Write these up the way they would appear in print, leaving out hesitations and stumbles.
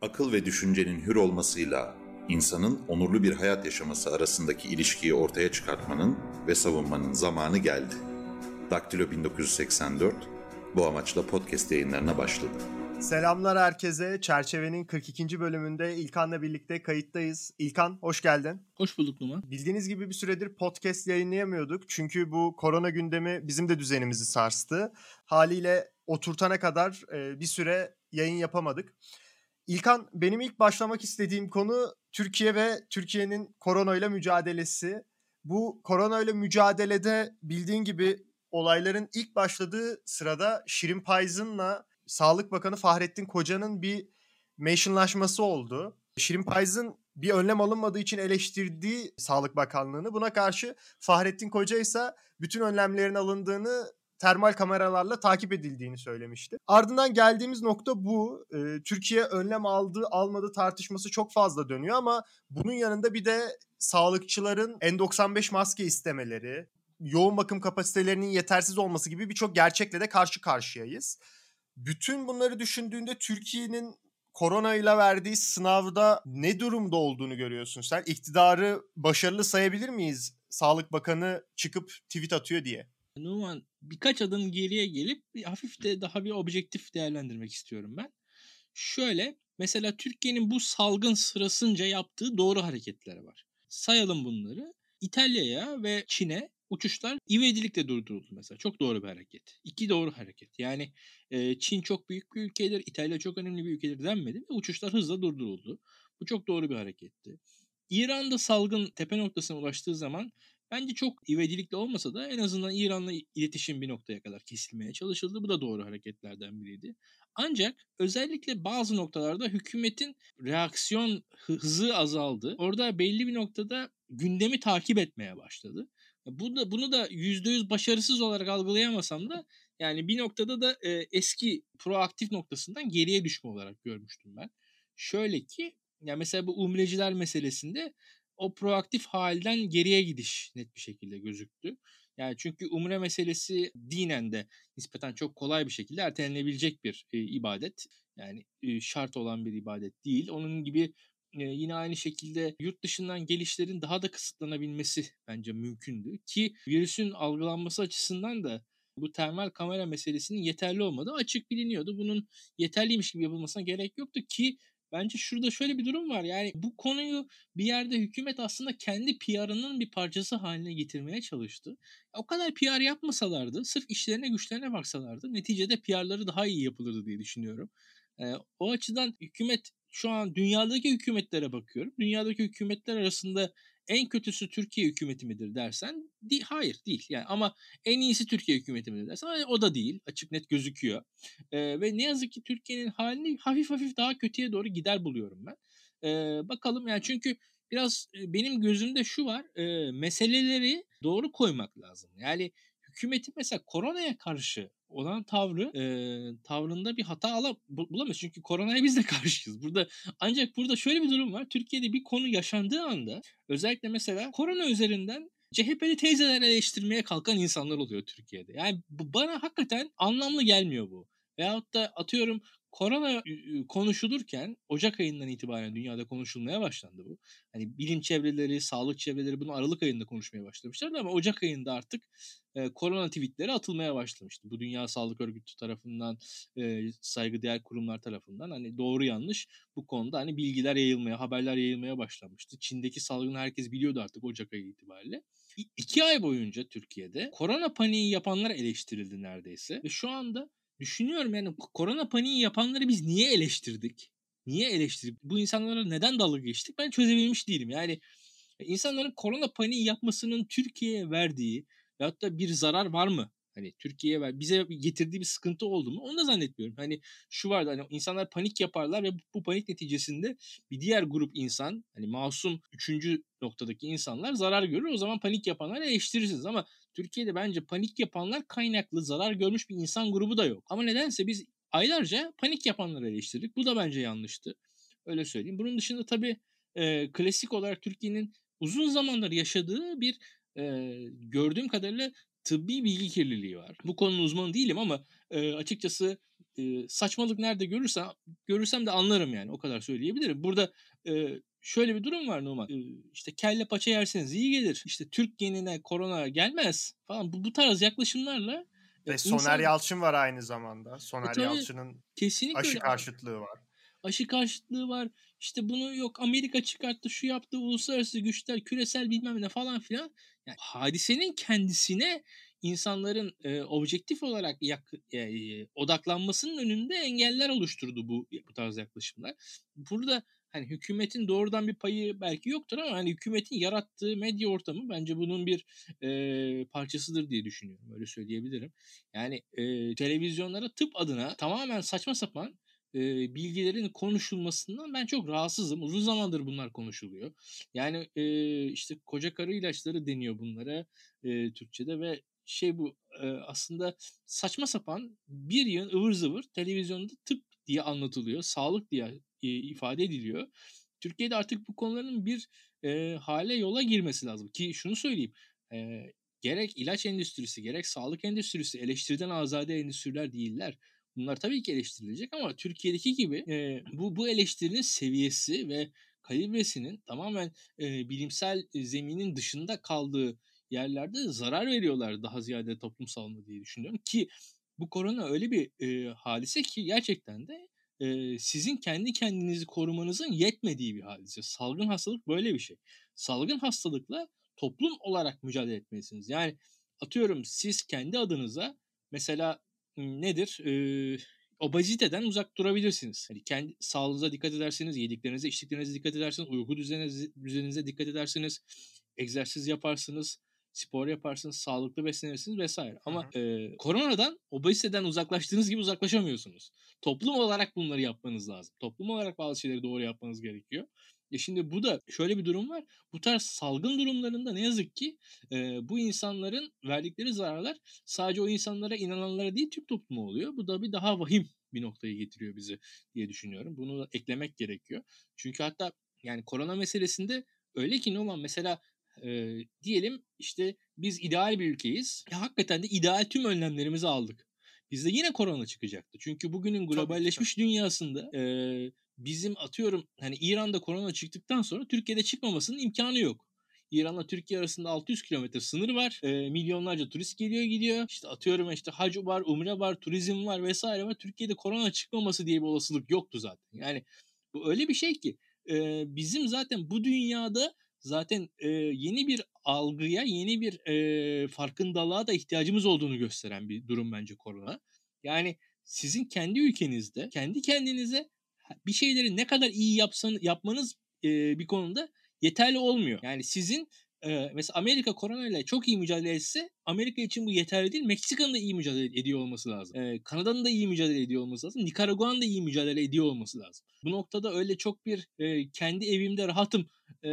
Akıl ve düşüncenin hür olmasıyla insanın onurlu bir hayat yaşaması arasındaki ilişkiyi ortaya çıkartmanın ve savunmanın zamanı geldi. Daktilo 1984 bu amaçla podcast yayınlarına başladı. Selamlar herkese. Çerçevenin 42. bölümünde İlkan'la birlikte kayıttayız. İlkan, hoş geldin. Hoş bulduk Numan. Bildiğiniz gibi bir süredir podcast yayınlayamıyorduk. Çünkü bu korona gündemi bizim de düzenimizi sarstı. Haliyle oturtana kadar bir süre yayın yapamadık. İlkan, benim ilk başlamak istediğim konu Türkiye ve Türkiye'nin koronayla mücadelesi. Bu koronayla mücadelede bildiğin gibi olayların ilk başladığı sırada Şirin Payız'ınla Sağlık Bakanı Fahrettin Koca'nın bir mentionlaşması oldu. Şirin Payız'ın bir önlem alınmadığı için eleştirdiği Sağlık Bakanlığı'nı, buna karşı Fahrettin Koca ise bütün önlemlerin alındığını, termal kameralarla takip edildiğini söylemişti. Ardından geldiğimiz nokta bu. Türkiye önlem aldı almadı tartışması çok fazla dönüyor ama bunun yanında bir de sağlıkçıların N95 maske istemeleri, yoğun bakım kapasitelerinin yetersiz olması gibi birçok gerçekle de karşı karşıyayız. Bütün bunları düşündüğünde Türkiye'nin koronayla verdiği sınavda ne durumda olduğunu görüyorsun sen? İktidarı başarılı sayabilir miyiz? Sağlık Bakanı çıkıp tweet atıyor diye. Numan, birkaç adım geriye gelip hafif de daha bir objektif değerlendirmek istiyorum ben. Şöyle, mesela Türkiye'nin bu salgın sırasınca yaptığı doğru hareketler var. Sayalım bunları. İtalya'ya ve Çin'e uçuşlar ivedilikle durduruldu mesela. Çok doğru bir hareket. İki doğru hareket. Yani Çin çok büyük bir ülkedir, İtalya çok önemli bir ülkedir denmedi ve uçuşlar hızla durduruldu. Bu çok doğru bir hareketti. İran'da salgın tepe noktasına ulaştığı zaman bence çok ivedilikle olmasa da en azından İran'la iletişim bir noktaya kadar kesilmeye çalışıldı. Bu da doğru hareketlerden biriydi. Ancak özellikle bazı noktalarda hükümetin reaksiyon hızı azaldı. Orada belli bir noktada gündemi takip etmeye başladı. Bunu da %100 başarısız olarak algılayamasam da yani bir noktada da eski proaktif noktasından geriye düşme olarak görmüştüm ben. Şöyle ki ya mesela bu umreciler meselesinde o proaktif halden geriye gidiş net bir şekilde gözüktü. Yani çünkü umre meselesi dinen de nispeten çok kolay bir şekilde ertelenebilecek bir ibadet. Yani şart olan bir ibadet değil. Onun gibi yine aynı şekilde yurt dışından gelişlerin daha da kısıtlanabilmesi bence mümkündü. Ki virüsün algılanması açısından da bu termal kamera meselesinin yeterli olmadığı açık biliniyordu. Bunun yeterliymiş gibi yapılmasına gerek yoktu ki bence şurada şöyle bir durum var. Yani bu konuyu bir yerde hükümet aslında kendi PR'ının bir parçası haline getirmeye çalıştı. O kadar PR yapmasalardı, sırf işlerine güçlerine baksalardı neticede PR'ları daha iyi yapılırdı diye düşünüyorum. O açıdan hükümet şu an dünyadaki hükümetlere bakıyorum. Dünyadaki hükümetler arasında en kötüsü Türkiye hükümeti midir dersen hayır değil. Yani ama en iyisi Türkiye hükümeti midir dersen o da değil. Açık net gözüküyor. Ve ne yazık ki Türkiye'nin halini hafif hafif daha kötüye doğru gider buluyorum ben. Bakalım yani çünkü biraz benim gözümde şu var. Meseleleri doğru koymak lazım. Yani hükümetin mesela koronaya karşı olan tavrında bir hata bulamaz. Çünkü koronaya biz de karşıyız. Ancak burada şöyle bir durum var. Türkiye'de bir konu yaşandığı anda özellikle mesela korona üzerinden CHP'li teyzeleri eleştirmeye kalkan insanlar oluyor Türkiye'de. Yani bana hakikaten anlamlı gelmiyor bu. Veyahut da atıyorum korona konuşulurken Ocak ayından itibaren dünyada konuşulmaya başlandı bu. Hani bilim çevreleri, sağlık çevreleri bunu Aralık ayında konuşmaya başlamışlardı ama Ocak ayında artık korona tweetleri atılmaya başlamıştı. Bu Dünya Sağlık Örgütü tarafından, saygıdeğer kurumlar tarafından hani doğru yanlış bu konuda hani bilgiler yayılmaya, haberler yayılmaya başlamıştı. Çin'deki salgını herkes biliyordu artık Ocak ayı itibariyle. 2 ay boyunca Türkiye'de korona paniği yapanlar eleştirildi neredeyse. Ve şu anda düşünüyorum yani korona paniği yapanları biz niye eleştirdik? Niye eleştirdik? Bu insanlara neden dalga geçtik? Ben çözebilmiş değilim. Yani insanların korona paniği yapmasının Türkiye'ye verdiği veyahut da bir zarar var mı? Hani bize getirdiği bir sıkıntı oldu mu? Onu da zannetmiyorum. Hani şu vardı hani insanlar panik yaparlar ve bu panik neticesinde bir diğer grup insan hani masum üçüncü noktadaki insanlar zarar görür. O zaman panik yapanları eleştirirsiniz ama Türkiye'de bence panik yapanlar kaynaklı zarar görmüş bir insan grubu da yok. Ama nedense biz aylarca panik yapanları eleştirdik. Bu da bence yanlıştı. Öyle söyleyeyim. Bunun dışında tabii klasik olarak Türkiye'nin uzun zamandır yaşadığı bir gördüğüm kadarıyla tıbbi bilgi kirliliği var. Bu konunun uzmanı değilim ama açıkçası saçmalık nerede görürsem de anlarım yani. O kadar söyleyebilirim. Burada şöyle bir durum var Numan. İşte kelle paça yerseniz iyi gelir. İşte Türk genine korona gelmez falan. Bu tarz yaklaşımlarla Ve Soner insan Yalçın var aynı zamanda. Soner tabii Yalçın'ın kesinlikle aşı öyle. karşıtlığı var. Aşı karşıtlığı var. İşte bunu yok Amerika çıkarttı, şu yaptı, uluslararası güçler, küresel bilmem ne falan filan. Yani hadisenin kendisine insanların objektif olarak odaklanmasının önünde engeller oluşturdu bu tarz yaklaşımlar. Burada hani hükümetin doğrudan bir payı belki yoktur ama hani hükümetin yarattığı medya ortamı bence bunun bir parçasıdır diye düşünüyorum. Öyle söyleyebilirim. Yani televizyonlara tıp adına tamamen saçma sapan bilgilerin konuşulmasından ben çok rahatsızım. Uzun zamandır bunlar konuşuluyor. Yani işte koca karı ilaçları deniyor bunlara Türkçe'de ve bu aslında saçma sapan bir yığın ıvır zıvır televizyonda tıp diye anlatılıyor. Sağlık diye ifade ediliyor. Türkiye'de artık bu konuların bir hale yola girmesi lazım. Ki şunu söyleyeyim. E, Gerek ilaç endüstrisi gerek sağlık endüstrisi eleştiriden azade endüstriler değiller. Bunlar tabii ki eleştirilecek ama Türkiye'deki gibi bu eleştirinin seviyesi ve kalibresinin tamamen bilimsel zeminin dışında kaldığı yerlerde zarar veriyorlar daha ziyade toplumsalına diye düşünüyorum ki bu korona öyle bir hadise ki gerçekten de sizin kendi kendinizi korumanızın yetmediği bir hadise. Salgın hastalık böyle bir şey. Salgın hastalıkla toplum olarak mücadele etmelisiniz. Yani atıyorum siz kendi adınıza mesela nedir? Obeziteden uzak durabilirsiniz. Yani kendi sağlığınıza dikkat edersiniz, yediklerinize, içtiklerinize dikkat edersiniz, uyku düzeninize dikkat edersiniz, egzersiz yaparsınız, spor yaparsınız, sağlıklı beslenirsiniz vesaire. Hı Ama hı. koronadan, obeziteden uzaklaştığınız gibi uzaklaşamıyorsunuz. Toplum olarak bunları yapmanız lazım. Toplum olarak bazı şeyleri doğru yapmanız gerekiyor. Şimdi bu da şöyle bir durum var. Bu tarz salgın durumlarında ne yazık ki bu insanların verdikleri zararlar sadece o insanlara inananlara değil tüm topluma oluyor. Bu da bir daha vahim bir noktaya getiriyor bizi diye düşünüyorum. Bunu da eklemek gerekiyor. Çünkü hatta yani korona meselesinde öyle ki Numan mesela diyelim işte biz ideal bir ülkeyiz. Hakikaten de ideal tüm önlemlerimizi aldık. Bizde yine korona çıkacaktı. Çünkü bugünün Tabii ki de. globalleşmiş dünyasında bizim atıyorum hani İran'da korona çıktıktan sonra Türkiye'de çıkmamasının imkanı yok. İran'la Türkiye arasında 600 kilometre sınır var. Milyonlarca turist geliyor gidiyor. İşte atıyorum işte hac var, umre var, turizm var vesaire var. Türkiye'de korona çıkmaması diye bir olasılık yoktu zaten. Yani bu öyle bir şey ki bizim zaten bu dünyada zaten yeni bir algıya, yeni bir farkındalığa da ihtiyacımız olduğunu gösteren bir durum bence korona. Yani sizin kendi ülkenizde, kendi kendinize bir şeyleri ne kadar iyi yapmanız bir konuda yeterli olmuyor. Yani sizin mesela Amerika koronayla çok iyi mücadele etse Amerika için bu yeterli değil. Meksika'nın da iyi mücadele ediyor olması lazım. Kanada'nın da iyi mücadele ediyor olması lazım. Nikaragua'nın da iyi mücadele ediyor olması lazım. Bu noktada öyle çok bir kendi evimde rahatım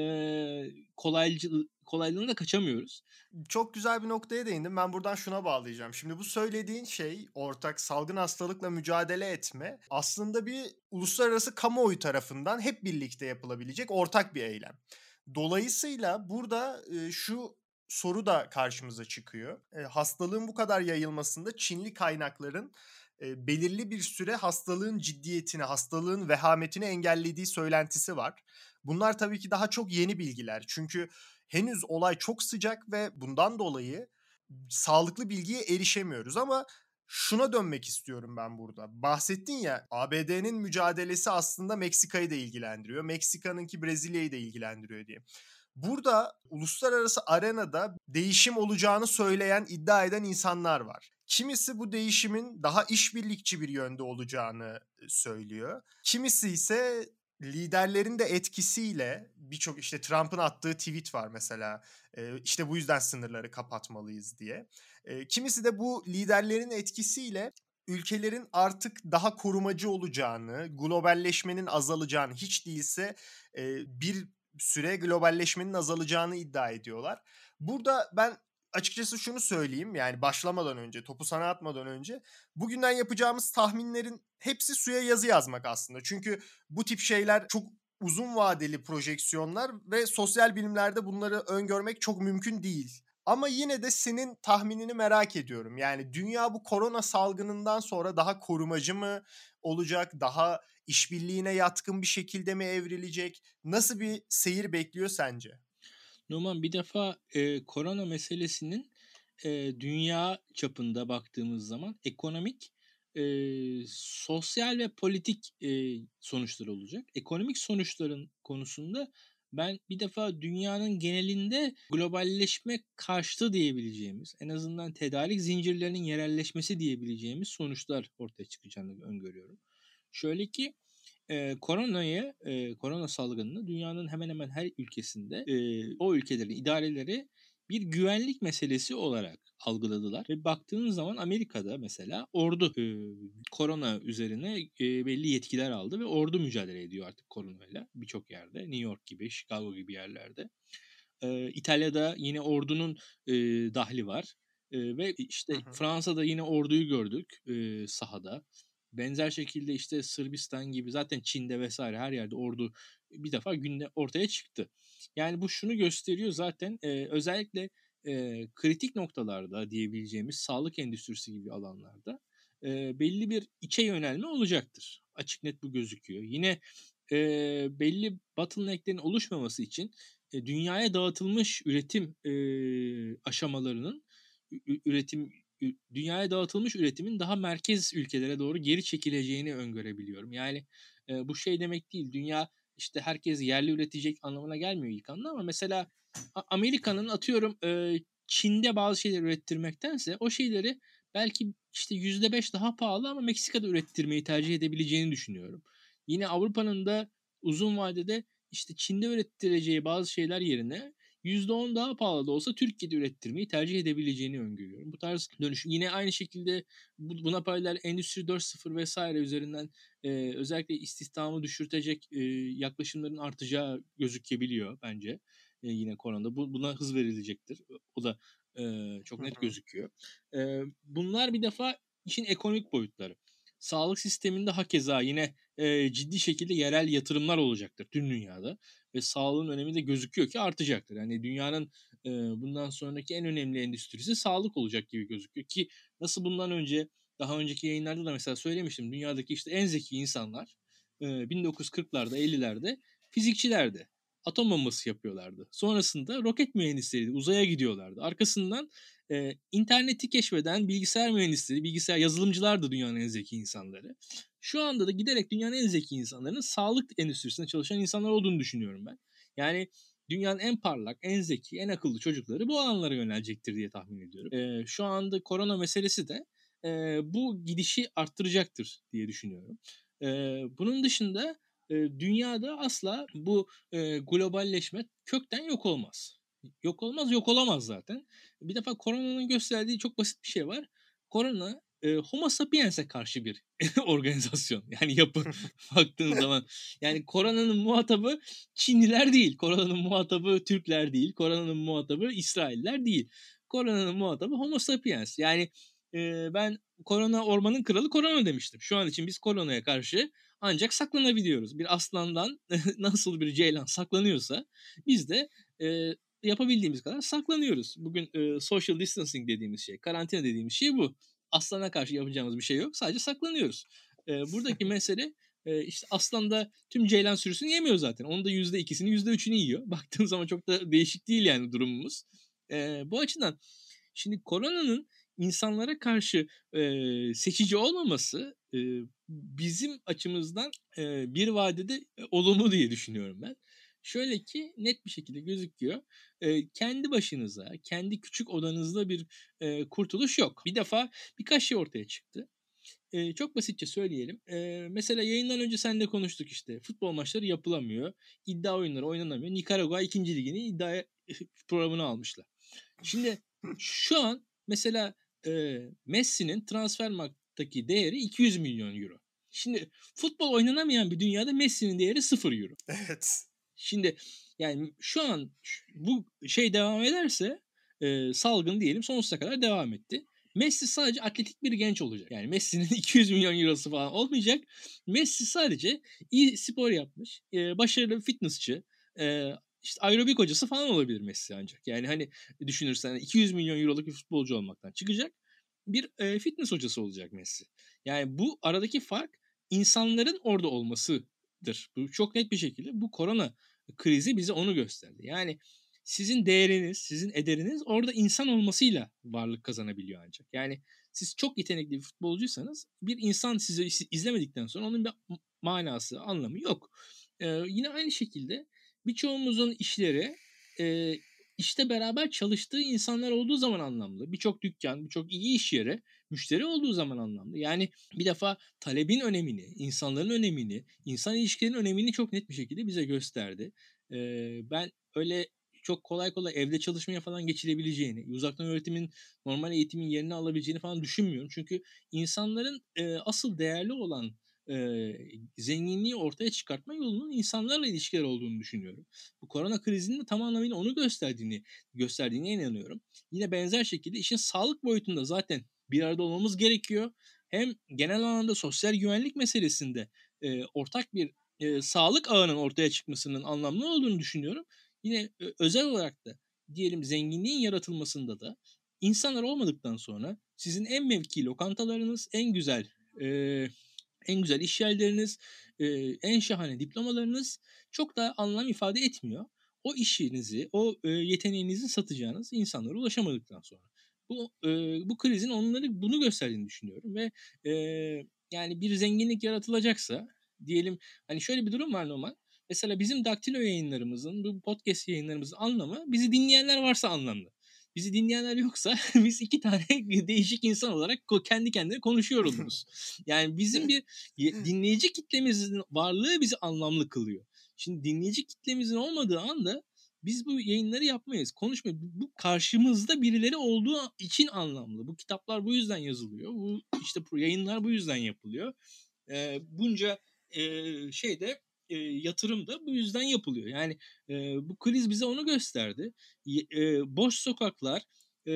kolaylığına kaçamıyoruz. Çok güzel bir noktaya değindim. Ben buradan şuna bağlayacağım. Şimdi bu söylediğin şey ortak salgın hastalıkla mücadele etme aslında bir uluslararası kamuoyu tarafından hep birlikte yapılabilecek ortak bir eylem. Dolayısıyla burada şu soru da karşımıza çıkıyor. Hastalığın bu kadar yayılmasında Çinli kaynakların belirli bir süre hastalığın ciddiyetini, hastalığın vehametini engellediği söylentisi var. Bunlar tabii ki daha çok yeni bilgiler. Çünkü henüz olay çok sıcak ve bundan dolayı sağlıklı bilgiye erişemiyoruz ama şuna dönmek istiyorum ben burada. Bahsettin ya ABD'nin mücadelesi aslında Meksika'yı da ilgilendiriyor. Meksika'nınki Brezilya'yı da ilgilendiriyor diye. Burada uluslararası arenada değişim olacağını söyleyen, iddia eden insanlar var. Kimisi bu değişimin daha işbirlikçi bir yönde olacağını söylüyor. Kimisi ise liderlerin de etkisiyle birçok işte Trump'ın attığı tweet var mesela. İşte bu yüzden sınırları kapatmalıyız diye. Kimisi de bu liderlerin etkisiyle ülkelerin artık daha korumacı olacağını, globalleşmenin azalacağını, hiç değilse bir süre globalleşmenin azalacağını iddia ediyorlar. Burada ben açıkçası şunu söyleyeyim, yani başlamadan önce, topu sana atmadan önce bugünden yapacağımız tahminlerin hepsi suya yazı yazmak aslında. Çünkü bu tip şeyler çok uzun vadeli projeksiyonlar ve sosyal bilimlerde bunları öngörmek çok mümkün değil. Ama yine de senin tahminini merak ediyorum. Yani dünya bu korona salgınından sonra daha korumacı mı olacak? Daha işbirliğine yatkın bir şekilde mi evrilecek? Nasıl bir seyir bekliyor sence? Numan, bir defa korona meselesinin dünya çapında baktığımız zaman ekonomik, sosyal ve politik sonuçları olacak. Ekonomik sonuçların konusunda ben bir defa dünyanın genelinde globalleşme karşıtı diyebileceğimiz, en azından tedarik zincirlerinin yerelleşmesi diyebileceğimiz sonuçlar ortaya çıkacağını öngörüyorum. Şöyle ki korona salgınını dünyanın hemen hemen her ülkesinde o ülkelerin idareleri bir güvenlik meselesi olarak algıladılar. Ve baktığınız zaman Amerika'da mesela ordu korona üzerine belli yetkiler aldı ve ordu mücadele ediyor artık koronayla birçok yerde. New York gibi, Chicago gibi yerlerde. İtalya'da yine ordunun dahli var. Ve işte Fransa'da yine orduyu gördük sahada. Benzer şekilde işte Sırbistan gibi, zaten Çin'de vesaire her yerde ordu bir defa günde ortaya çıktı. Yani bu şunu gösteriyor zaten, özellikle kritik noktalarda diyebileceğimiz sağlık endüstrisi gibi alanlarda belli bir içe yönelme olacaktır. Açık net bu gözüküyor. Yine belli bottleneck'lerin oluşmaması için dünyaya dağıtılmış üretim aşamalarının dünyaya dağıtılmış üretimin daha merkez ülkelere doğru geri çekileceğini öngörebiliyorum. Yani bu şey demek değil. Dünya işte herkes yerli üretecek anlamına gelmiyor ilk anda, ama mesela Amerika'nın atıyorum Çin'de bazı şeyler ürettirmektense o şeyleri belki işte %5 daha pahalı ama Meksika'da ürettirmeyi tercih edebileceğini düşünüyorum. Yine Avrupa'nın da uzun vadede işte Çin'de ürettireceği bazı şeyler yerine %10 daha pahalı da olsa Türkiye'de ürettirmeyi tercih edebileceğini öngörüyorum. Bu tarz dönüşüm yine aynı şekilde buna paralel Endüstri 4.0 vesaire üzerinden özellikle istihdamı düşürtecek yaklaşımların artacağı gözükebiliyor bence. Yine koronada buna hız verilecektir. O da çok net gözüküyor. Bunlar bir defa işin ekonomik boyutları. Sağlık sisteminde hakeza yine ciddi şekilde yerel yatırımlar olacaktır tüm dünyada ve sağlığın önemi de gözüküyor ki artacaktır. Yani dünyanın bundan sonraki en önemli endüstrisi sağlık olacak gibi gözüküyor ki nasıl bundan önce daha önceki yayınlarda da mesela söylemiştim, dünyadaki işte en zeki insanlar 1940'larda 50'lerde fizikçilerdi. Atom bombası yapıyorlardı. Sonrasında roket mühendisleriydi. Uzaya gidiyorlardı. Arkasından interneti keşfeden bilgisayar mühendisleri, bilgisayar yazılımcılar da dünyanın en zeki insanları. Şu anda da giderek dünyanın en zeki insanlarının sağlık endüstrisinde çalışan insanlar olduğunu düşünüyorum ben. Yani dünyanın en parlak, en zeki, en akıllı çocukları bu alanlara yönelecektir diye tahmin ediyorum. Şu anda korona meselesi de bu gidişi arttıracaktır diye düşünüyorum. Bunun dışında dünyada asla bu globalleşme kökten yok olmaz. Yok olmaz, yok olamaz zaten. Bir defa koronanın gösterdiği çok basit bir şey var. Korona Homo sapiens'e karşı bir organizasyon. Yani yapı baktığın zaman. Yani koronanın muhatabı Çinliler değil. Koronanın muhatabı Türkler değil. Koronanın muhatabı İsrailler değil. Koronanın muhatabı Homo sapiens. Yani ben korona ormanın kralı korona demiştim. Şu an için biz koronaya karşı ancak saklanabiliyoruz. Bir aslandan nasıl bir ceylan saklanıyorsa biz de yapabildiğimiz kadar saklanıyoruz. Bugün social distancing dediğimiz şey, karantina dediğimiz şey bu. Aslana karşı yapacağımız bir şey yok. Sadece saklanıyoruz. Buradaki mesele işte aslan da tüm ceylan sürüsünü yemiyor zaten. Onun da %2'sini %3'ünü yiyor. Baktığın zaman çok da değişik değil yani durumumuz. Bu açıdan şimdi koronanın insanlara karşı seçici olmaması bizim açımızdan bir vadede olumlu diye düşünüyorum ben. Şöyle ki net bir şekilde gözüküyor. Kendi başınıza, kendi küçük odanızda bir kurtuluş yok. Bir defa birkaç şey ortaya çıktı. Çok basitçe söyleyelim. Mesela yayından önce seninle konuştuk işte. Futbol maçları yapılamıyor. İddia oyunları oynanamıyor. Nikaragua 2. ligini iddia programına almışlar. Şimdi şu an mesela Messi'nin Transfermarkt'taki değeri 200 milyon euro. Şimdi futbol oynanamayan bir dünyada Messi'nin değeri 0 euro. Evet. Şimdi yani şu an bu şey devam ederse salgın diyelim sonsuza kadar devam etti. Messi sadece atletik bir genç olacak. Yani Messi'nin 200 milyon eurosu falan olmayacak. Messi sadece iyi spor yapmış, başarılı bir fitnessçi, işte aerobik hocası falan olabilir Messi ancak. Yani hani düşünürsen 200 milyon euroluk bir futbolcu olmaktan çıkacak. Bir fitness hocası olacak Messi. Yani bu aradaki fark insanların orada olmasıdır. Bu çok net bir şekilde bu korona krizi bize onu gösterdi. Yani sizin değeriniz, sizin ederiniz orada insan olmasıyla varlık kazanabiliyor ancak. Yani siz çok yetenekli bir futbolcuysanız bir insan sizi izlemedikten sonra onun bir manası, anlamı yok. Yine aynı şekilde birçoğumuzun işleri işte beraber çalıştığı insanlar olduğu zaman anlamlı. Birçok dükkan, birçok iyi iş yeri müşteri olduğu zaman anlamlı. Yani bir defa talebin önemini, insanların önemini, insan ilişkilerinin önemini çok net bir şekilde bize gösterdi. Ben öyle çok kolay kolay evde çalışmaya falan geçilebileceğini, uzaktan öğretimin normal eğitimin yerini alabileceğini falan düşünmüyorum. Çünkü insanların asıl değerli olan zenginliği ortaya çıkartma yolunun insanlarla ilişkiler olduğunu düşünüyorum. Bu korona krizinin de tam anlamıyla onu gösterdiğine inanıyorum. Yine benzer şekilde işin sağlık boyutunda zaten bir arada olmamız gerekiyor. Hem genel anlamda sosyal güvenlik meselesinde ortak bir sağlık ağının ortaya çıkmasının anlamlı olduğunu düşünüyorum. Yine özel olarak da diyelim zenginliğin yaratılmasında da insanlar olmadıktan sonra sizin en mevki lokantalarınız, en güzel iş yerleriniz, en şahane diplomalarınız çok da anlam ifade etmiyor. O işinizi, o yeteneğinizi satacağınız insanlara ulaşamadıktan sonra. Bu krizin onları bunu gösterdiğini düşünüyorum ve e, yani bir zenginlik yaratılacaksa diyelim hani şöyle bir durum var normal. Mesela bizim daktilo yayınlarımızın, bu podcast yayınlarımızın anlamı bizi dinleyenler varsa anlamlı. Bizi dinleyenler yoksa biz iki tane değişik insan olarak kendi kendine konuşuyor oluruz. Yani bizim bir dinleyici kitlemizin varlığı bizi anlamlı kılıyor. Şimdi dinleyici kitlemizin olmadığı anda biz bu yayınları yapmayız. Konuşmayız. Bu karşımızda birileri olduğu için anlamlı. Bu kitaplar bu yüzden yazılıyor. Bu işte yayınlar bu yüzden yapılıyor. Bunca şeyde yatırım da bu yüzden yapılıyor. Yani bu kriz bize onu gösterdi. Boş sokaklar, e,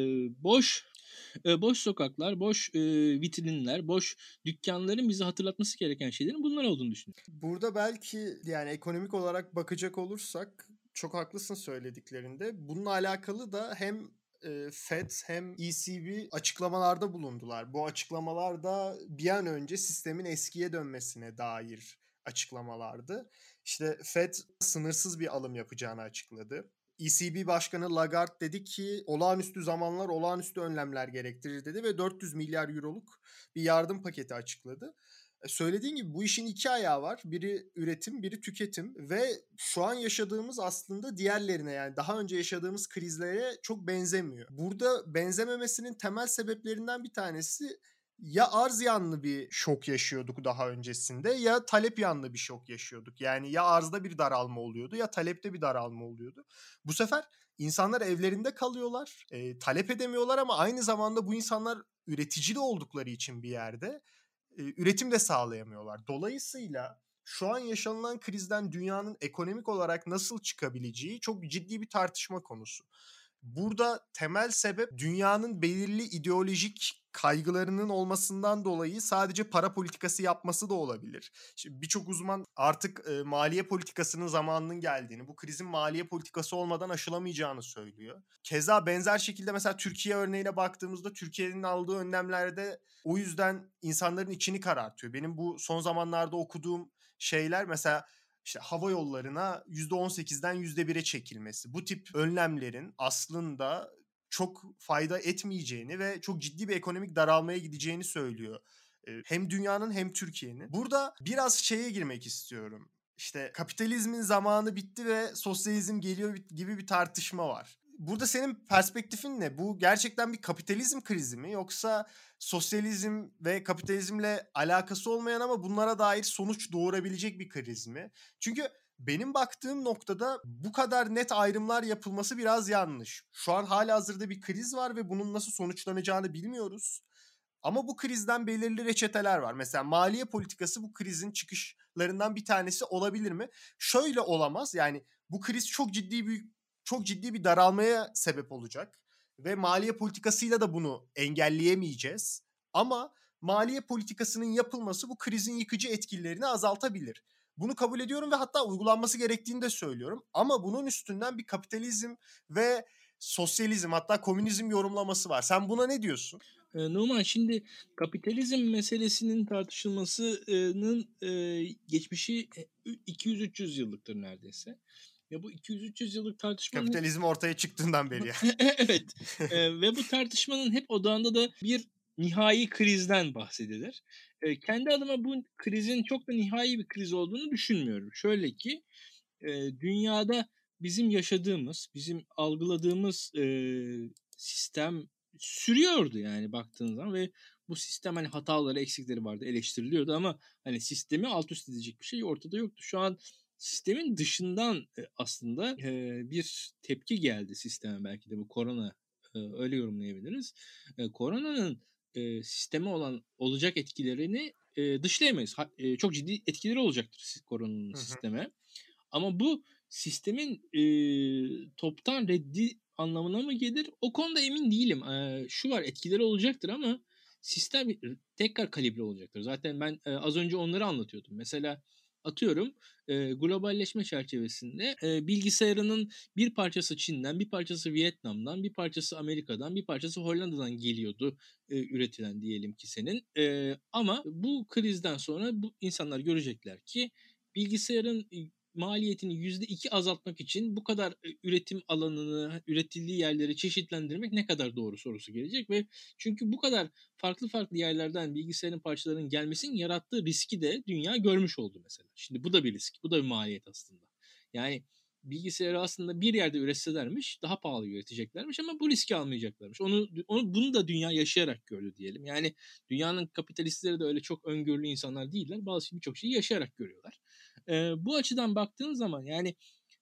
boş sokaklar, boş vitrinler, boş dükkanların bize hatırlatması gereken şeylerin bunlar olduğunu düşünüyorum. Burada belki yani ekonomik olarak bakacak olursak çok haklısın söylediklerinde. Bununla alakalı da hem FED hem ECB açıklamalarda bulundular. Bu açıklamalarda bir an önce sistemin eskiye dönmesine dair açıklamalardı. İşte FED sınırsız bir alım yapacağını açıkladı. ECB Başkanı Lagarde dedi ki olağanüstü zamanlar olağanüstü önlemler gerektirir dedi ve 400 milyar euroluk bir yardım paketi açıkladı. Söylediğin gibi bu işin iki ayağı var. Biri üretim, biri tüketim ve şu an yaşadığımız aslında diğerlerine yani daha önce yaşadığımız krizlere çok benzemiyor. Burada benzememesinin temel sebeplerinden bir tanesi ya arz yanlı bir şok yaşıyorduk daha öncesinde ya talep yanlı bir şok yaşıyorduk. Yani ya arzda bir daralma oluyordu ya talepte bir daralma oluyordu. Bu sefer insanlar evlerinde kalıyorlar, talep edemiyorlar ama aynı zamanda bu insanlar üreticili oldukları için bir yerde üretim de sağlayamıyorlar. Dolayısıyla şu an yaşanılan krizden dünyanın ekonomik olarak nasıl çıkabileceği çok ciddi bir tartışma konusu. Burada temel sebep dünyanın belirli ideolojik kaygılarının olmasından dolayı sadece para politikası yapması da olabilir. Şimdi birçok uzman artık maliye politikasının zamanının geldiğini, bu krizin maliye politikası olmadan aşılamayacağını söylüyor. Keza benzer şekilde mesela Türkiye örneğine baktığımızda Türkiye'nin aldığı önlemlerde o yüzden insanların içini karartıyor. Benim bu son zamanlarda okuduğum şeyler mesela işte hava yollarına %18'den %1'e çekilmesi. Bu tip önlemlerin aslında çok fayda etmeyeceğini ve çok ciddi bir ekonomik daralmaya gideceğini söylüyor. Hem dünyanın hem Türkiye'nin. Burada biraz şeye girmek istiyorum. İşte kapitalizmin zamanı bitti ve sosyalizm geliyor gibi bir tartışma var. Burada senin perspektifin ne? Bu gerçekten bir kapitalizm krizi mi yoksa sosyalizm ve kapitalizmle alakası olmayan ama bunlara dair sonuç doğurabilecek bir kriz mi? Çünkü benim baktığım noktada bu kadar net ayrımlar yapılması biraz yanlış. Şu an halihazırda bir kriz var ve bunun nasıl sonuçlanacağını bilmiyoruz. Ama bu krizden belirli reçeteler var. Mesela maliye politikası bu krizin çıkışlarından bir tanesi olabilir mi? Şöyle olamaz. Yani bu kriz çok ciddi bir daralmaya sebep olacak ve maliye politikasıyla da bunu engelleyemeyeceğiz. Ama maliye politikasının yapılması bu krizin yıkıcı etkilerini azaltabilir. Bunu kabul ediyorum ve hatta uygulanması gerektiğini de söylüyorum. Ama bunun üstünden bir kapitalizm ve sosyalizm, hatta komünizm yorumlaması var. Sen buna ne diyorsun? Numan, şimdi kapitalizm meselesinin tartışılmasının geçmişi 200-300 yıllıktır neredeyse. Ve bu 200-300 yıllık tartışmanın Kapitalizm ortaya çıktığından beri yani. evet. Ve bu tartışmanın hep odağında da bir nihai krizden bahsedilir. Kendi adıma bu krizin çok da nihai bir kriz olduğunu düşünmüyorum. Şöyle ki dünyada bizim yaşadığımız, bizim algıladığımız sistem sürüyordu yani baktığın zaman ve bu sistem hani hataları, eksikleri vardı, eleştiriliyordu ama hani sistemi alt üst edecek bir şey ortada yoktu. Şu an sistemin dışından aslında bir tepki geldi sisteme, belki de bu korona, öyle yorumlayabiliriz. Koronanın sisteme olan olacak etkilerini dışlayamayız. Çok ciddi etkileri olacaktır koronanın sisteme. Ama bu sistemin toptan reddi anlamına mı gelir? O konuda emin değilim. Şu var, etkileri olacaktır ama sistem tekrar kalibre olacaktır. Zaten ben az önce onları anlatıyordum. Mesela atıyorum globalleşme çerçevesinde bilgisayarının bir parçası Çin'den, bir parçası Vietnam'dan, bir parçası Amerika'dan, bir parçası Hollanda'dan geliyordu üretilen diyelim ki senin. Ama bu krizden sonra bu insanlar görecekler ki bilgisayarın maliyetini %2 azaltmak için bu kadar üretim alanını, üretildiği yerleri çeşitlendirmek ne kadar doğru sorusu gelecek ve çünkü bu kadar farklı farklı yerlerden bilgisayarın parçalarının gelmesinin yarattığı riski de dünya görmüş oldu mesela. Şimdi bu da bir risk, bu da bir maliyet aslında. Yani bilgisayarı aslında bir yerde üretselermiş daha pahalı üreteceklermiş ama bu riski almayacaklarmış. Bunu da dünya yaşayarak gördü diyelim. Yani dünyanın kapitalistleri de öyle çok öngörülü insanlar değiller. Birçok şeyi yaşayarak görüyorlar. Bu açıdan baktığın zaman yani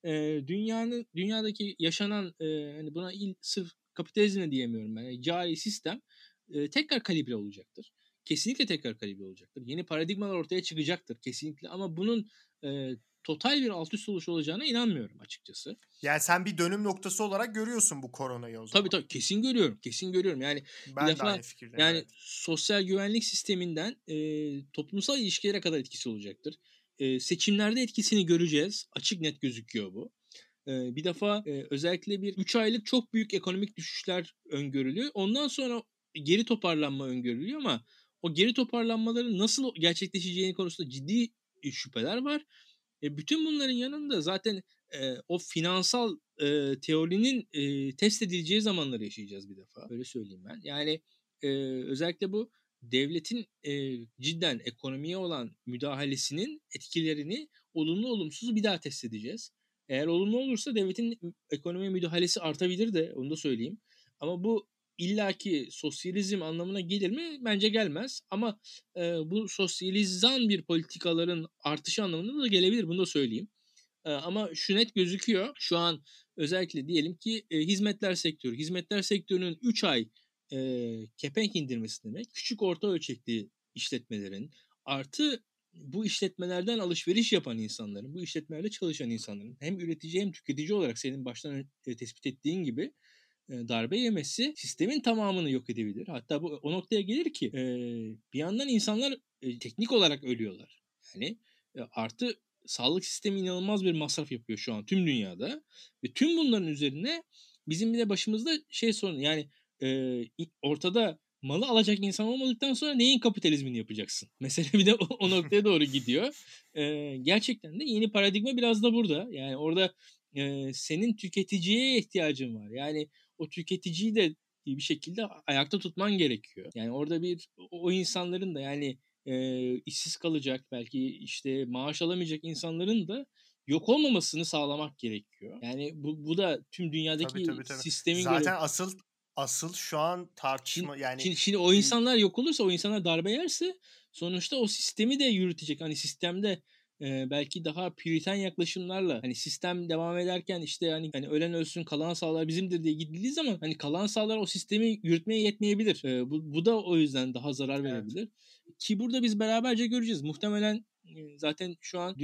dünyadaki yaşanan hani buna sırf kapitalizm diyemiyorum ben. Yani cari sistem tekrar kalibre olacaktır. Kesinlikle tekrar kalibre olacaktır. Yeni paradigmalar ortaya çıkacaktır kesinlikle ama bunun total bir alt üst oluş olacağına inanmıyorum açıkçası. Yani sen bir dönüm noktası olarak görüyorsun bu koronayı o zaman. Tabii kesin görüyorum. Kesin görüyorum. Yani bir Ben de defa aynı fikirdeyim. yani Evet. sosyal güvenlik sisteminden toplumsal ilişkilere kadar etkisi olacaktır. Seçimlerde etkisini göreceğiz. Açık net gözüküyor bu. Bir defa özellikle bir 3 aylık çok büyük ekonomik düşüşler öngörülüyor. Ondan sonra geri toparlanma öngörülüyor ama o geri toparlanmaların nasıl gerçekleşeceğini konusunda ciddi şüpheler var. Bütün bunların yanında zaten o finansal teorinin test edileceği zamanları yaşayacağız bir defa. Öyle söyleyeyim ben. Yani özellikle bu devletin cidden ekonomiye olan müdahalesinin etkilerini olumlu olumsuz bir daha test edeceğiz. Eğer olumlu olursa devletin ekonomiye müdahalesi artabilir de onu da söyleyeyim. Ama bu illaki sosyalizm anlamına gelir mi? Bence gelmez. Ama bu sosyalizan bir politikaların artışı anlamında da gelebilir. Bunu da söyleyeyim. Ama şu net gözüküyor. Şu an özellikle diyelim ki hizmetler sektörü. Hizmetler sektörünün 3 ay kepenk indirmesi demek. Küçük orta ölçekli işletmelerin artı bu işletmelerden alışveriş yapan insanların, bu işletmelerde çalışan insanların hem üretici hem tüketici olarak senin baştan tespit ettiğin gibi darbe yemesi sistemin tamamını yok edebilir. Hatta bu o noktaya gelir ki bir yandan insanlar teknik olarak ölüyorlar. Yani artı sağlık sistemi inanılmaz bir masraf yapıyor şu an tüm dünyada. Ve tüm bunların üzerine bizim bir de başımızda sorun yani ortada malı alacak insan olmadıktan sonra neyin kapitalizmini yapacaksın? Mesele bir de o noktaya doğru gidiyor. Gerçekten de yeni paradigma biraz da burada. Yani orada senin tüketiciye ihtiyacın var. Yani o tüketiciyi de bir şekilde ayakta tutman gerekiyor. Yani orada o insanların da yani işsiz kalacak, belki işte maaş alamayacak insanların da yok olmamasını sağlamak gerekiyor. Yani bu da tüm dünyadaki Tabii. sistemin görevi. Zaten asıl şu an tartışma yani Şimdi o insanlar yok olursa, o insanlar darbe yerse sonuçta o sistemi de yürütecek. Hani sistemde belki daha püriten yaklaşımlarla hani sistem devam ederken işte hani ölen ölsün kalan sağlar bizimdir diye gidildiği zaman hani kalan sağlar o sistemi yürütmeye yetmeyebilir. Bu da o yüzden daha zarar verebilir. Evet. Ki burada biz beraberce göreceğiz. Muhtemelen zaten şu an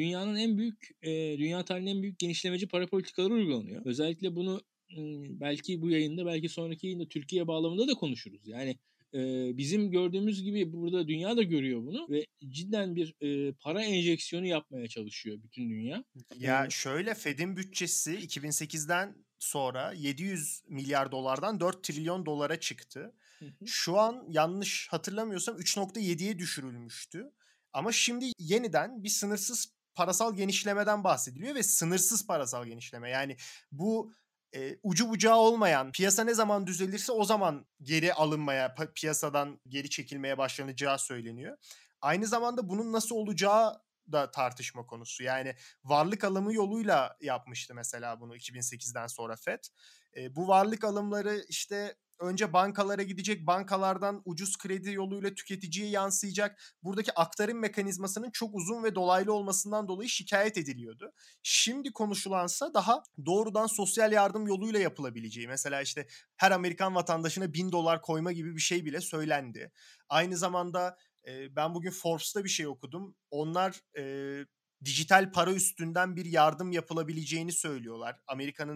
dünya tarihinin en büyük genişlemeci para politikaları uygulanıyor. Özellikle bunu belki bu yayında, belki sonraki yayında Türkiye bağlamında da konuşuruz. Yani bizim gördüğümüz gibi burada dünya da görüyor bunu ve cidden bir para enjeksiyonu yapmaya çalışıyor bütün dünya. Ya şöyle, Fed'in bütçesi 2008'den sonra 700 milyar dolardan 4 trilyon dolara çıktı. Şu an yanlış hatırlamıyorsam 3,7'ye düşürülmüştü. Ama şimdi yeniden bir sınırsız parasal genişlemeden bahsediliyor ve sınırsız parasal genişleme. Yani bu ucu bucağı olmayan, piyasa ne zaman düzelirse o zaman geri alınmaya, piyasadan geri çekilmeye başlanacağı söyleniyor. Aynı zamanda bunun nasıl olacağı da tartışma konusu. Yani varlık alımı yoluyla yapmıştı mesela bunu 2008'den sonra FED. Bu varlık alımları işte önce bankalara gidecek, bankalardan ucuz kredi yoluyla tüketiciye yansıyacak. Buradaki aktarım mekanizmasının çok uzun ve dolaylı olmasından dolayı şikayet ediliyordu. Şimdi konuşulansa daha doğrudan sosyal yardım yoluyla yapılabileceği. Mesela işte her Amerikan vatandaşına $1000 koyma gibi bir şey bile söylendi. Aynı zamanda ben bugün Forbes'ta bir şey okudum. Onlar dijital para üstünden bir yardım yapılabileceğini söylüyorlar. Amerika'nın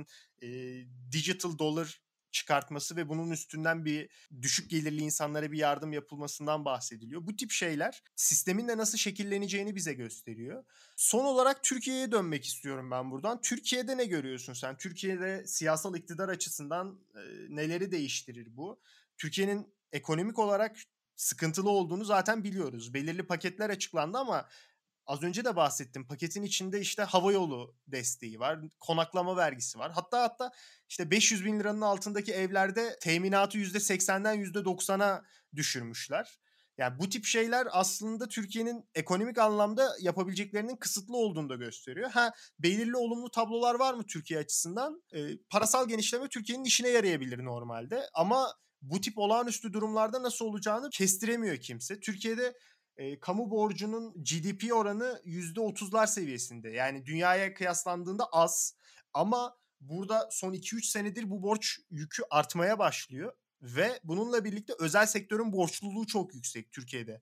digital dollar çıkartması ve bunun üstünden bir düşük gelirli insanlara bir yardım yapılmasından bahsediliyor. Bu tip şeyler sistemin de nasıl şekilleneceğini bize gösteriyor. Son olarak Türkiye'ye dönmek istiyorum ben buradan. Türkiye'de ne görüyorsun sen? Türkiye'de siyasal iktidar açısından neleri değiştirir bu? Türkiye'nin ekonomik olarak sıkıntılı olduğunu zaten biliyoruz. Belirli paketler açıklandı ama az önce de bahsettim. Paketin içinde işte havayolu desteği var, konaklama vergisi var. Hatta işte 500 bin liranın altındaki evlerde teminatı %80'den %90'a düşürmüşler. Yani bu tip şeyler aslında Türkiye'nin ekonomik anlamda yapabileceklerinin kısıtlı olduğunu da gösteriyor. Belirli olumlu tablolar var mı Türkiye açısından? Parasal genişleme Türkiye'nin işine yarayabilir normalde ama bu tip olağanüstü durumlarda nasıl olacağını kestiremiyor kimse. Türkiye'de kamu borcunun GDP oranı %30'lar seviyesinde. Yani dünyaya kıyaslandığında az ama burada son 2-3 senedir bu borç yükü artmaya başlıyor. Ve bununla birlikte özel sektörün borçluluğu çok yüksek Türkiye'de.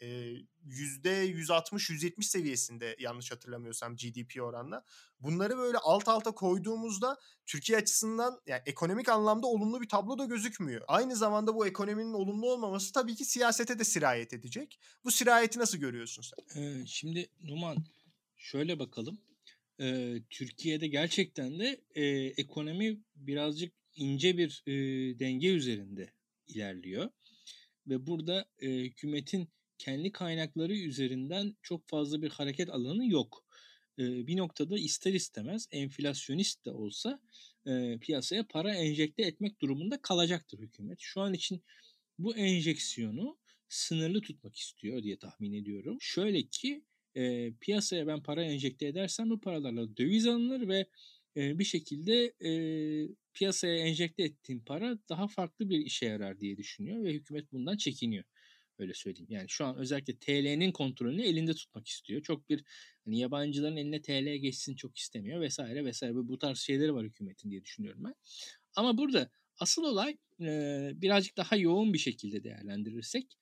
%160-170 seviyesinde yanlış hatırlamıyorsam GDP oranla. Bunları böyle alt alta koyduğumuzda Türkiye açısından yani ekonomik anlamda olumlu bir tablo da gözükmüyor. Aynı zamanda bu ekonominin olumlu olmaması tabii ki siyasete de sirayet edecek. Bu sirayeti nasıl görüyorsun sen? Şimdi Numan şöyle bakalım. Türkiye'de gerçekten de ekonomi birazcık ince bir denge üzerinde ilerliyor. Ve burada hükümetin kendi kaynakları üzerinden çok fazla bir hareket alanı yok. Bir noktada ister istemez enflasyonist de olsa piyasaya para enjekte etmek durumunda kalacaktır hükümet. Şu an için bu enjeksiyonu sınırlı tutmak istiyor diye tahmin ediyorum. Şöyle ki piyasaya ben para enjekte edersem bu paralarla döviz alınır ve bir şekilde piyasaya enjekte ettiğim para daha farklı bir işe yarar diye düşünüyor ve hükümet bundan çekiniyor. Öyle söyleyeyim. Yani şu an özellikle TL'nin kontrolünü elinde tutmak istiyor. Çok bir hani yabancıların eline TL geçsin çok istemiyor vesaire vesaire. Bu tarz şeyleri var hükümetin diye düşünüyorum ben. Ama burada asıl olay birazcık daha yoğun bir şekilde değerlendirirsek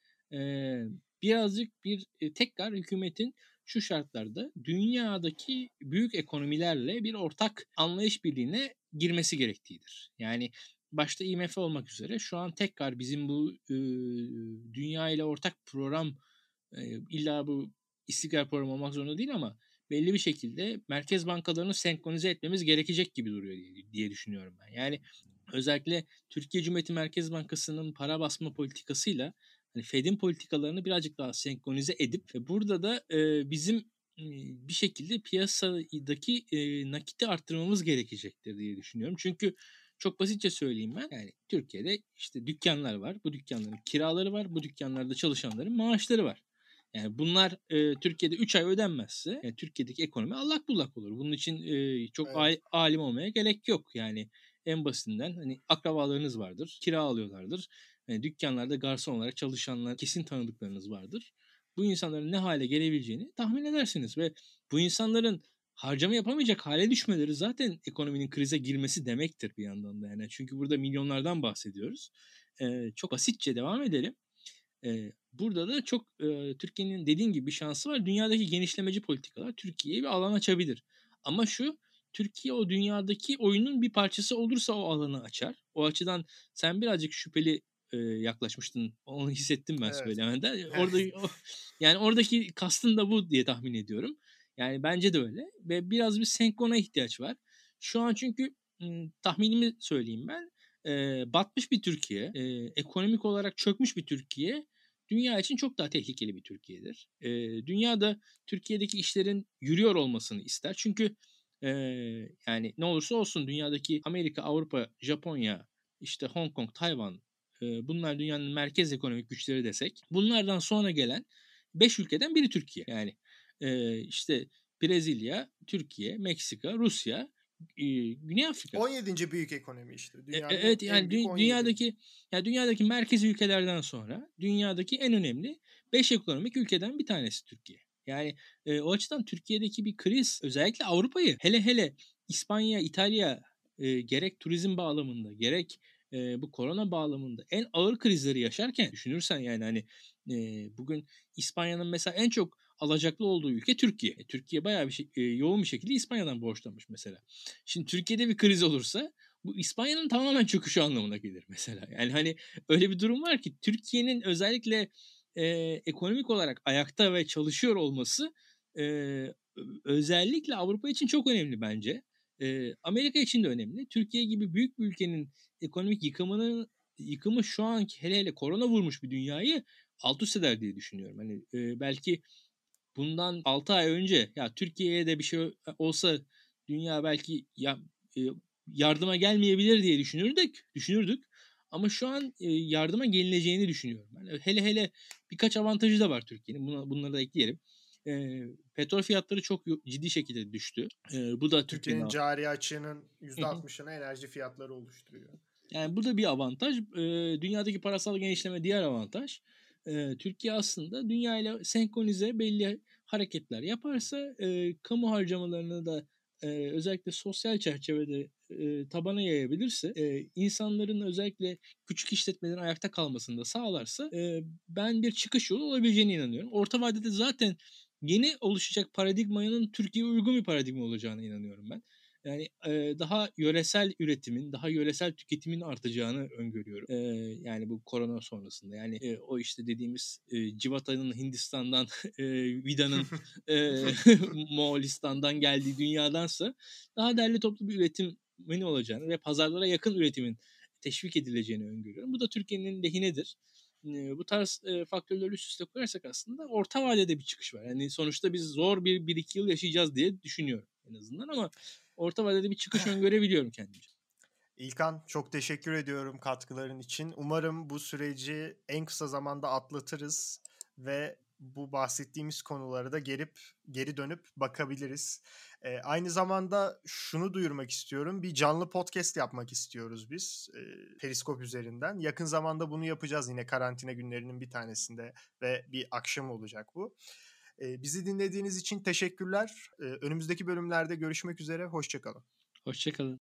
birazcık bir tekrar hükümetin şu şartlarda dünyadaki büyük ekonomilerle bir ortak anlayış birliğine girmesi gerektiğidir. Yani başta IMF olmak üzere şu an tekrar bizim bu dünya ile ortak program illa bu istikrar programı olmak zorunda değil ama belli bir şekilde merkez bankalarını senkronize etmemiz gerekecek gibi duruyor diye düşünüyorum ben. Yani özellikle Türkiye Cumhuriyeti Merkez Bankası'nın para basma politikasıyla hani Fed'in politikalarını birazcık daha senkronize edip ve burada da bizim bir şekilde piyasadaki nakiti arttırmamız gerekecektir diye düşünüyorum. Çünkü çok basitçe söyleyeyim ben. Yani Türkiye'de işte dükkanlar var. Bu dükkanların kiraları var. Bu dükkanlarda çalışanların maaşları var. Yani bunlar Türkiye'de 3 ay ödenmezse yani Türkiye'deki ekonomi allak bullak olur. Bunun için çok alim olmaya gerek yok. Yani en basitinden hani akrabalarınız vardır. Kira alıyorlardır. Yani dükkanlarda garson olarak çalışanlar kesin tanıdıklarınız vardır. Bu insanların ne hale gelebileceğini tahmin edersiniz ve bu insanların harcama yapamayacak hale düşmeleri zaten ekonominin krize girmesi demektir bir yandan da yani. Çünkü burada milyonlardan bahsediyoruz. Çok basitçe devam edelim. Burada da çok Türkiye'nin dediğin gibi bir şansı var. Dünyadaki genişlemeci politikalar Türkiye'ye bir alan açabilir. Ama Türkiye o dünyadaki oyunun bir parçası olursa o alanı açar. O açıdan sen birazcık şüpheli yaklaşmıştın. Onu hissettim ben Evet. söylemende. Yani oradaki kastın da bu diye tahmin ediyorum. Yani bence de öyle ve biraz bir senkrona ihtiyaç var. Şu an çünkü tahminimi söyleyeyim ben. Batmış bir Türkiye, ekonomik olarak çökmüş bir Türkiye dünya için çok daha tehlikeli bir Türkiye'dir. Dünya da Türkiye'deki işlerin yürüyor olmasını ister. Çünkü yani ne olursa olsun dünyadaki Amerika, Avrupa, Japonya, işte Hong Kong, Tayvan, bunlar dünyanın merkez ekonomik güçleri desek, bunlardan sonra gelen 5 ülkeden biri Türkiye. Yani işte Brezilya, Türkiye, Meksika, Rusya, Güney Afrika. 17. büyük ekonomi işte. Dünyanın Evet, en yani büyük 17. dünyadaki merkezi ülkelerden sonra dünyadaki en önemli 5 ekonomik ülkeden bir tanesi Türkiye. Yani o açıdan Türkiye'deki bir kriz özellikle Avrupa'yı, hele hele İspanya, İtalya, gerek turizm bağlamında gerek bu korona bağlamında en ağır krizleri yaşarken düşünürsen, yani hani bugün İspanya'nın mesela en çok alacaklı olduğu ülke Türkiye. Türkiye bayağı yoğun bir şekilde İspanya'dan borçlanmış mesela. Şimdi Türkiye'de bir kriz olursa bu İspanya'nın tamamen çöküşü anlamına gelir mesela. Yani hani öyle bir durum var ki Türkiye'nin özellikle ekonomik olarak ayakta ve çalışıyor olması özellikle Avrupa için çok önemli bence. Amerika için de önemli. Türkiye gibi büyük bir ülkenin ekonomik yıkımı şu anki, hele hele korona vurmuş bir dünyayı alt üst eder diye düşünüyorum. Hani belki bundan 6 ay önce ya Türkiye'ye de bir şey olsa dünya belki e, yardıma gelmeyebilir diye düşünürdük. Ama şu an yardıma gelineceğini düşünüyorum. Yani hele hele birkaç avantajı da var Türkiye'nin. Bunları da ekleyelim. Petrol fiyatları çok ciddi şekilde düştü. Bu da Türkiye'nin Türkiye'nin cari açığının Hı hı. %60'ını enerji fiyatları oluşturuyor. Yani bu da bir avantaj. Dünyadaki parasal genişleme diğer avantaj. Türkiye aslında dünya ile senkronize belli hareketler yaparsa kamu harcamalarını da özellikle sosyal çerçevede tabana yayabilirse, insanların özellikle küçük işletmelerin ayakta kalmasını da sağlarsa ben bir çıkış yolu olabileceğine inanıyorum. Orta vadede zaten yeni oluşacak paradigmanın Türkiye'ye uygun bir paradigma olacağına inanıyorum ben. Yani daha yöresel üretimin, daha yöresel tüketimin artacağını öngörüyorum. Yani bu korona sonrasında. Yani o işte dediğimiz civatanın Hindistan'dan, vidanın Moğolistan'dan geldiği dünyadansa daha derli toplu bir üretimin olacağını ve pazarlara yakın üretimin teşvik edileceğini öngörüyorum. Bu da Türkiye'nin lehinedir. Bu tarz faktörleri üst üste koyarsak aslında orta vadede bir çıkış var. Yani sonuçta biz zor bir 1-2 yıl yaşayacağız diye düşünüyorum en azından, ama orta vadede bir çıkış öngörebiliyorum kendimce. İlkan, çok teşekkür ediyorum katkıların için. Umarım bu süreci en kısa zamanda atlatırız ve bu bahsettiğimiz konulara da geri dönüp bakabiliriz. Aynı zamanda şunu duyurmak istiyorum. Bir canlı podcast yapmak istiyoruz biz Periskop üzerinden. Yakın zamanda bunu yapacağız yine karantina günlerinin bir tanesinde ve bir akşam olacak bu. Bizi dinlediğiniz için teşekkürler. Önümüzdeki bölümlerde görüşmek üzere. Hoşça kalın. Hoşça kalın.